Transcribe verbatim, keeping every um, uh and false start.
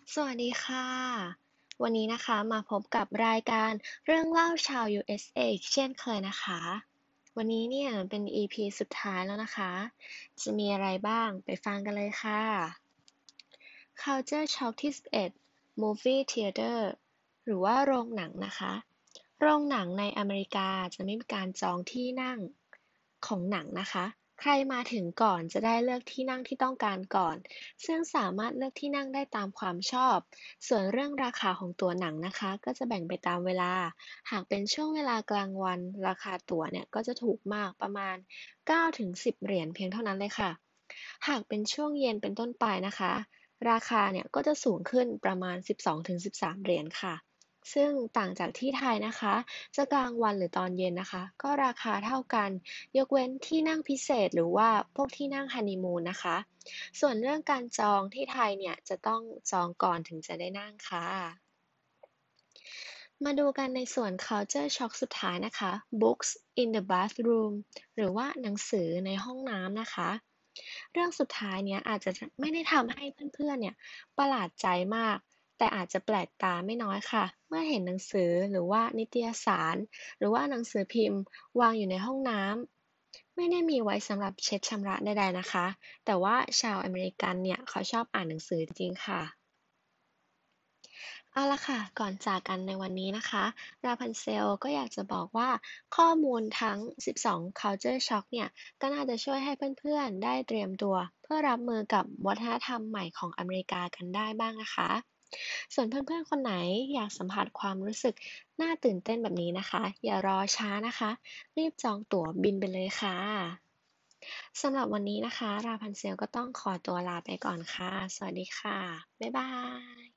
สวัสดีค่ะ วันนี้นะคะมาพบกับรายการเรื่องเล่าชาว ยู เอส เอ อีกเช่นเคยนะคะ วันนี้เนี่ยเป็น อี พี สุดท้ายแล้วนะคะ จะมีอะไรบ้างไปฟังกันเลยค่ะ Culture Shock ที่ สิบเอ็ด Movie Theater หรือว่าโรงหนังนะคะ โรงหนังในอเมริกาจะไม่มีการจองที่นั่งของหนังนะคะ ใครมาถึงก่อนจะได้เลือกที่นั่งที่ต้องการก่อน ซึ่งสามารถเลือกที่นั่งได้ตามความชอบ ส่วนเรื่องราคาของตั๋วหนังนะคะก็จะแบ่งไปตามเวลา หากเป็นช่วงเวลากลางวันราคาตั๋วเนี่ยก็จะถูกมากประมาณ เก้าถึงสิบ เหรียญเพียงเท่านั้นเลยค่ะ หากเป็นช่วงเย็นเป็นต้นไปนะคะราคาเนี่ยก็จะสูงขึ้นประมาณ สิบสองถึงสิบสาม เหรียญค่ะ ซึ่งต่างจากที่ไทยนะคะจะกลางวันหรือตอนเย็นนะคะก็ราคาเท่ากันยกเว้นที่นั่งพิเศษหรือว่าพวกที่นั่งฮันนีมูนนะคะส่วนเรื่องการจองที่ไทยเนี่ยจะต้องจองก่อนถึงจะได้นั่งค่ะมาดูกันในส่วน Culture Shock สุดท้ายนะคะ Books in the Bathroom หรือว่าหนังสือในห้องน้ำนะคะ เรื่องสุดท้ายเนี้ยอาจจะไม่ได้ทำให้เพื่อนๆเนี่ยประหลาดใจมากแต่อาจจะแปลกตาไม่น้อยค่ะเมื่อเห็นหนังสือหรือว่านิตยสารหรือว่าหนังสือพิมพ์วางอยู่ในห้องน้ำไม่ได้มีไว้สำหรับเช็ดชำระใดๆนะคะแต่ว่าชาวอเมริกันเนี่ยเขาชอบอ่านหนังสือจริงๆค่ะ เอาละค่ะ ก่อนจากกันในวันนี้นะคะ Rapunzel ก็อยากจะบอกว่าข้อมูลทั้ง สิบสอง Culture Shock เนี่ย ก็น่าจะช่วยให้เพื่อนๆ ได้เตรียมตัวเพื่อรับมือกับวัฒนธรรมใหม่ของอเมริกากันได้บ้างนะคะ ส่วนเพื่อนๆ คนไหนอยากสัมผัสความรู้สึกน่าตื่นเต้นแบบนี้นะคะ อย่ารอช้านะคะ รีบจองตั๋วบินไปเลยค่ะ สำหรับวันนี้นะคะ Rapunzel ก็ต้องขอตัวลาไปก่อนค่ะ สวัสดีค่ะ บ๊ายบาย